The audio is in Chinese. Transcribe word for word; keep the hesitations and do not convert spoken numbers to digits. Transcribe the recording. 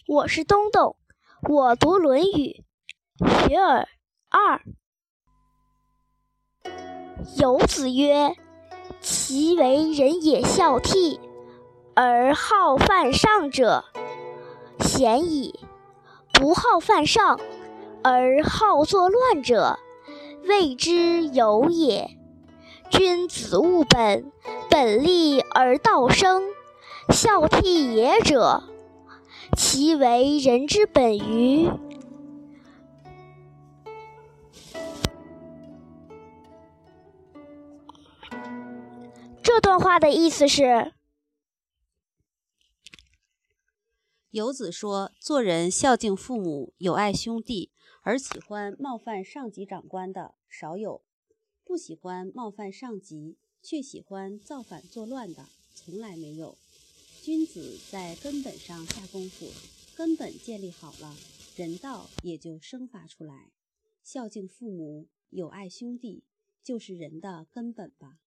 我是东东，我读《论语》学而二。有子曰：其为人也孝悌，而好犯上者，贤矣；不好犯上，而好作乱者，谓之有也。君子务本，本立而道生。孝悌也者，其为人之本与？这段话的意思是， 有子说，做人孝敬父母，友爱兄弟，而喜欢冒犯上级长官的少有；不喜欢冒犯上级，却喜欢造反作乱的从来没有。君子在根本上下功夫，根本建立好了，人道也就生发出来。孝敬父母，友爱兄弟，就是人的根本吧。